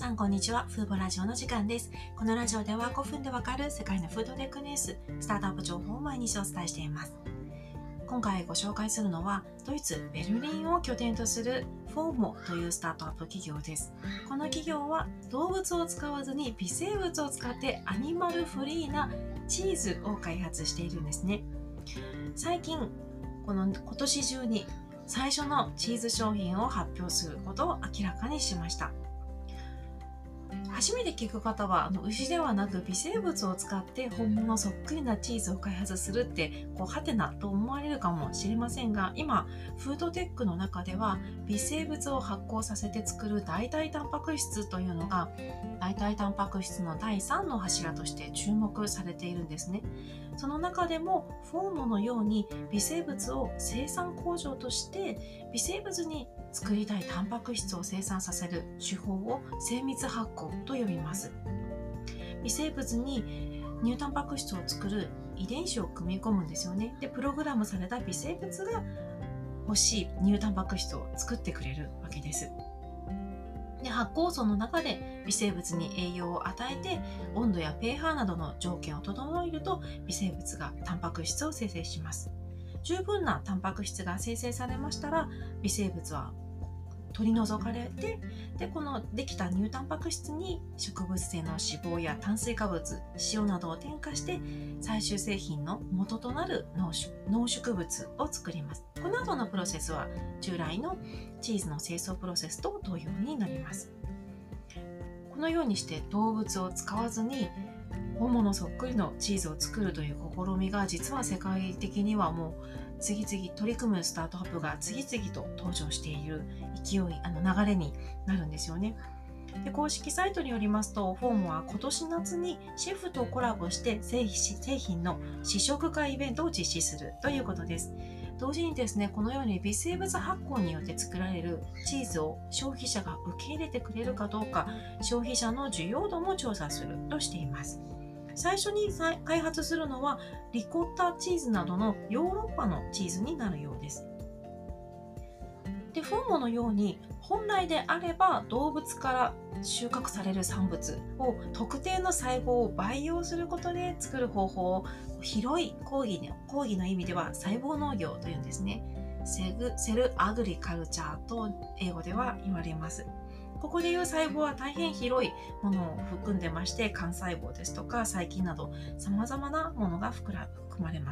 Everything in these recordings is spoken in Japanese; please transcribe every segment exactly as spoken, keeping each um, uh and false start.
さんこんにちは。フーボラジオの時間です。このラジオではごふんでわかる世界のフードテックニュース、スタートアップ情報を毎日お伝えしています。今回ご紹介するのは、ドイツ・ベルリンを拠点とするフォーモというスタートアップ企業です。この企業は動物を使わずに微生物を使ってアニマルフリーなチーズを開発しているんですね。最近、この今年中に最初のチーズ商品を発表することを明らかにしました。初めて聞く方はあの牛ではなく微生物を使って本物そっくりなチーズを開発するってこうハテナと思われるかもしれませんが、今フードテックの中では微生物を発酵させて作る代替タンパク質というのが代替タンパク質のだいさんの柱として注目されているんですね。その中でもフォーモのように微生物を生産工場として微生物に作りたいタンパク質を生産させる手法を精密発酵と呼びます。微生物に乳タンパク質を作る遺伝子を組み込むんですよね。で、プログラムされた微生物が欲しい乳タンパク質を作ってくれるわけです。で、発酵素の中で微生物に栄養を与えて温度や pH などの条件を整えると微生物がタンパク質を生成します。十分なタンパク質が生成されましたら微生物は取り除かれて、でこのできた乳タンパク質に植物性の脂肪や炭水化物、塩などを添加して最終製品の元となる農植物を作ります。この後のプロセスは従来のチーズの製造プロセスと同様になります。このようにして動物を使わずに本物そっくりのチーズを作るという試みが実は世界的にはもう次々取り組むスタートアップが次々と登場している勢い、あの流れになるんですよね。で、公式サイトによりますと、フォーモは今年夏にシェフとコラボして製品の試食会イベントを実施するということです。同時にですね、このように微生物発酵によって作られるチーズを消費者が受け入れてくれるかどうか、消費者の需要度も調査するとしています。最初に開発するのはリコッタチーズなどのヨーロッパのチーズになるようです。で、フォーモのように本来であれば動物から収穫される産物を特定の細胞を培養することで作る方法を広い講義の、講義の意味では細胞農業というんですね。セグ、セルアグリカルチャーと英語では言われます。ここでいう細胞は大変広いものを含んでまして、幹細胞ですとか細菌など様々なものが含まれます。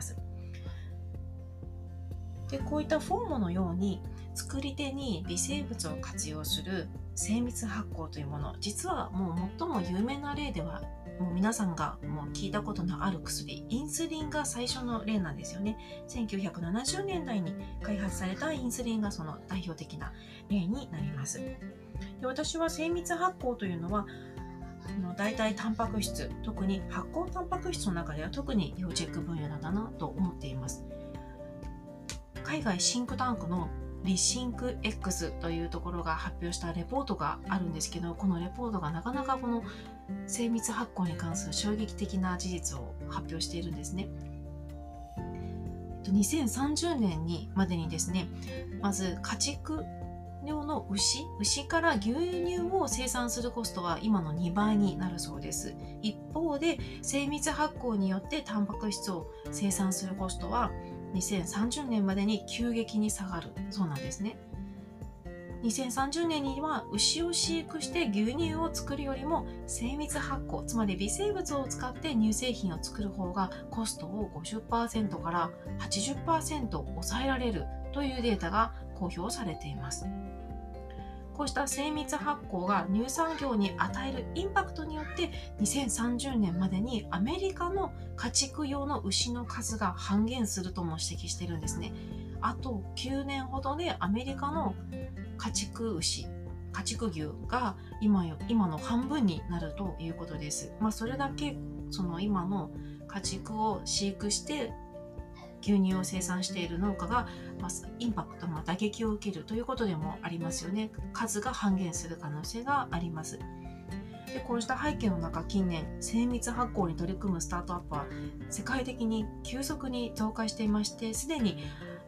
で、こういったフォーモのように作り手に微生物を活用する精密発酵というもの、実はもう最も有名な例ではもう皆さんがもう聞いたことのある薬、インスリンが最初の例なんですよね。せんきゅうひゃくななじゅうねんだいに開発されたインスリンがその代表的な例になります。で、私は精密発酵というのは代替タンパク質、特に発酵タンパク質の中では特に要チェック分野だなと思っています。海外シンクタンクのリシンク X というところが発表したレポートがあるんですけど、このレポートがなかなかこの精密発酵に関する衝撃的な事実を発表しているんですね。にせんさんじゅうねんにまでにですね、まず家畜用の牛、牛から牛乳を生産するコストは今のにばいになるそうです。一方で精密発酵によってタンパク質を生産するコストはにせんさんじゅうねんまでに急激に下がるそうなんですね。にせんさんじゅうねんには牛を飼育して牛乳を作るよりも精密発酵、つまり微生物を使って乳製品を作る方がコストを ごじゅっパーセント から はちじゅっパーセント 抑えられるというデータが公表されています。こうした精密発酵が乳産業に与えるインパクトによってにせんさんじゅうねんまでにアメリカの家畜用の牛の数が半減するとも指摘しているんですね。あときゅうねんほどでアメリカの家畜牛、家畜牛が 今, よ今の半分になるということです。まあ、それだけその今の家畜を飼育して牛乳を生産している農家が、まあ、インパクト、まあ、打撃を受けるということでもありますよね。数が半減する可能性があります。で、こうした背景の中、近年精密発酵に取り組むスタートアップは世界的に急速に増加していまして、すでに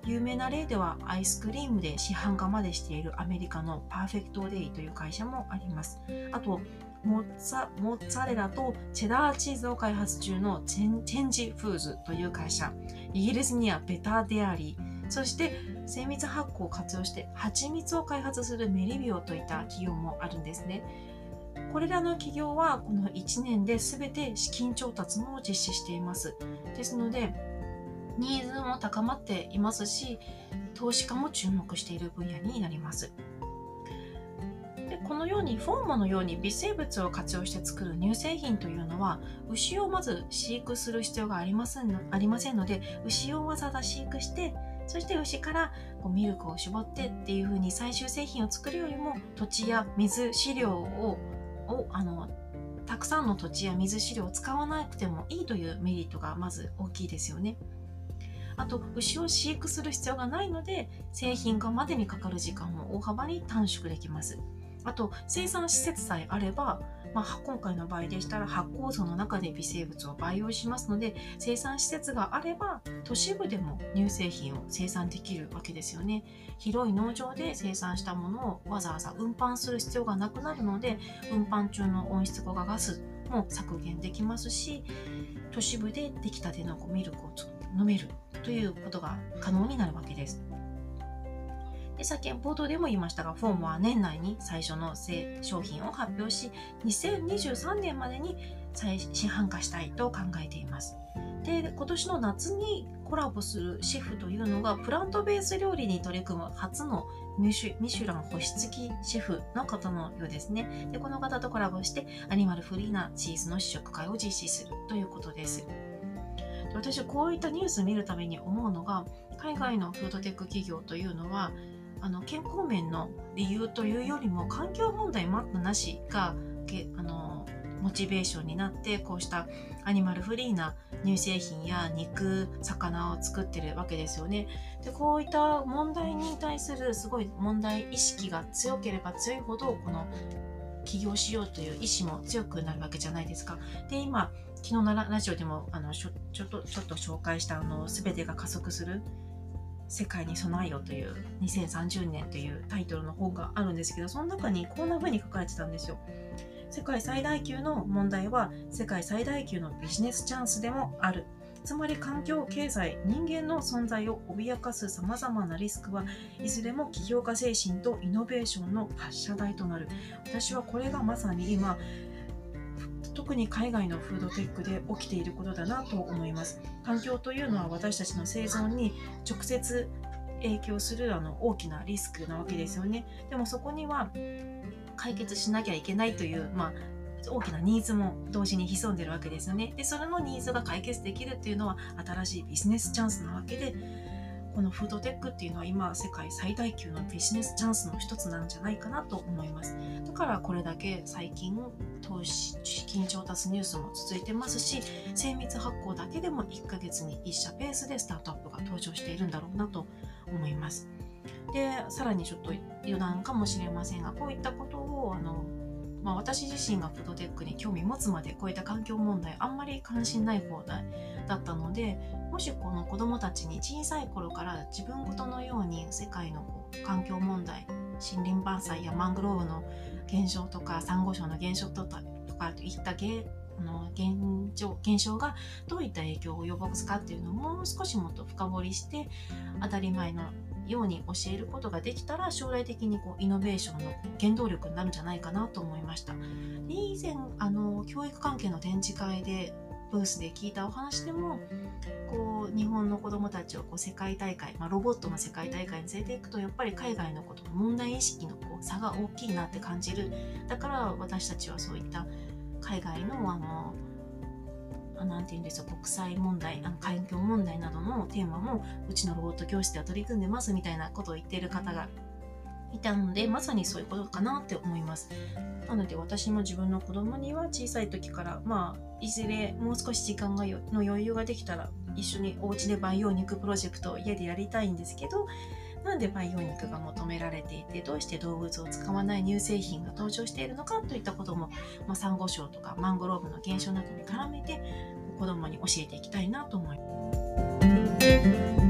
有名な例ではアイスクリームで市販化までしているアメリカのパーフェクトデイという会社もあります。あとモッツァ、モッツァレラとチェダーチーズを開発中のチェン、チェンジフーズという会社、イギリスにはベターデアリー、そして精密発酵を活用して蜂蜜を開発するメリビオといった企業もあるんですね。これらの企業はこのいちねんで全て資金調達も実施しています。ですのでニーズも高まっていますし、投資家も注目している分野になります。でこのようにフォーマのように微生物を活用して作る乳製品というのは、牛をまず飼育する必要がありませんの、ありませんので、牛をわざわざ飼育して、そして牛からこうミルクを絞ってっていう風に最終製品を作るよりも、土地や水、飼料ををあのたくさんの土地や水、飼料を使わなくてもいいというメリットがまず大きいですよね。あと牛を飼育する必要がないので、製品化までにかかる時間も大幅に短縮できます。あと生産施設さえあれば、まあ、今回の場合でしたら発酵槽の中で微生物を培養しますので、生産施設があれば都市部でも乳製品を生産できるわけですよね。広い農場で生産したものをわざわざ運搬する必要がなくなるので、運搬中の温室効果ガスも削減できますし、都市部で出来たてのミルクを飲めるということが可能になるわけです。で先冒頭でも言いましたが、フォームは年内に最初の商品を発表し、にせんにじゅうさんねんまでに市販化したいと考えています。で今年の夏にコラボするシェフというのが、プラントベース料理に取り組む初のミシュ、ミシュラン星付きシェフの方のようですね。でこの方とコラボしてアニマルフリーなチーズの試食会を実施するということです。で私はこういったニュースを見るために思うのが、海外のフードテック企業というのは、あの健康面の理由というよりも環境問題待ったなしがけあのモチベーションになって、こうしたアニマルフリーな乳製品や肉、魚を作ってるわけですよね。でこういった問題に対するすごい問題意識が強ければ強いほど、この起業しようという意思も強くなるわけじゃないですか。で今昨日のラジオでもあのちょちょっとちょっと紹介したあの全てが加速する世界に備えよというにせんさんじゅうねんというタイトルの本があるんですけど、その中にこんな風に書かれてたんですよ。世界最大級の問題は世界最大級のビジネスチャンスでもある。つまり環境、経済、人間の存在を脅かすさまざまなリスクはいずれも起業家精神とイノベーションの発射台となる。私はこれがまさに今特に海外のフードテックで起きていることだなと思います。環境というのは私たちの生存に直接影響するあの大きなリスクなわけですよね。でもそこには解決しなきゃいけないという、まあ、大きなニーズも同時に潜んでるわけですよね。でそれのニーズが解決できるっていうのは新しいビジネスチャンスなわけで、このフードテックっていうのは今世界最大級のビジネスチャンスの一つなんじゃないかなと思います。だからこれだけ最近投資資金調達ニュースも続いてますし、精密発酵だけでもいっかげつにいっ社ペースでスタートアップが登場しているんだろうなと思います。でさらにちょっと余談かもしれませんが、こういったことをあのまあ、私自身がフードテックに興味持つまでこういった環境問題あんまり関心ない方だったので、もしこの子どもたちに小さい頃から自分ごとのように世界のこう環境問題、森林伐採やマングローブの減少とかサンゴ礁の減少とかといった現あの現状現象がどういった影響を及ぼすかっていうのをもう少しもっと深掘りして当たり前のように教えることができたら、将来的にこうイノベーションの原動力になるんじゃないかなと思いました。で以前あの教育関係の展示会でブースで聞いたお話でも、こう日本の子どもたちをこう世界大会、まあ、ロボットの世界大会に連れていくと、やっぱり海外のことの問題意識のこう差が大きいなって感じる。だから私たちはそういった海外のあのなんて言うんですよ、国際問題、あの環境問題などのテーマもうちのロボット教室では取り組んでますみたいなことを言っている方がいたので、まさにそういうことかなって思います。なので私も自分の子供には小さい時から、まあ、いずれもう少し時間がよの余裕ができたら一緒にお家で培養肉プロジェクトを家でやりたいんですけど、なんで培養肉が求められていて、どうして動物を使わない乳製品が登場しているのかといったことも、まあ、サンゴ礁とかマングローブの減少などに絡めて子どもに教えていきたいなと思います。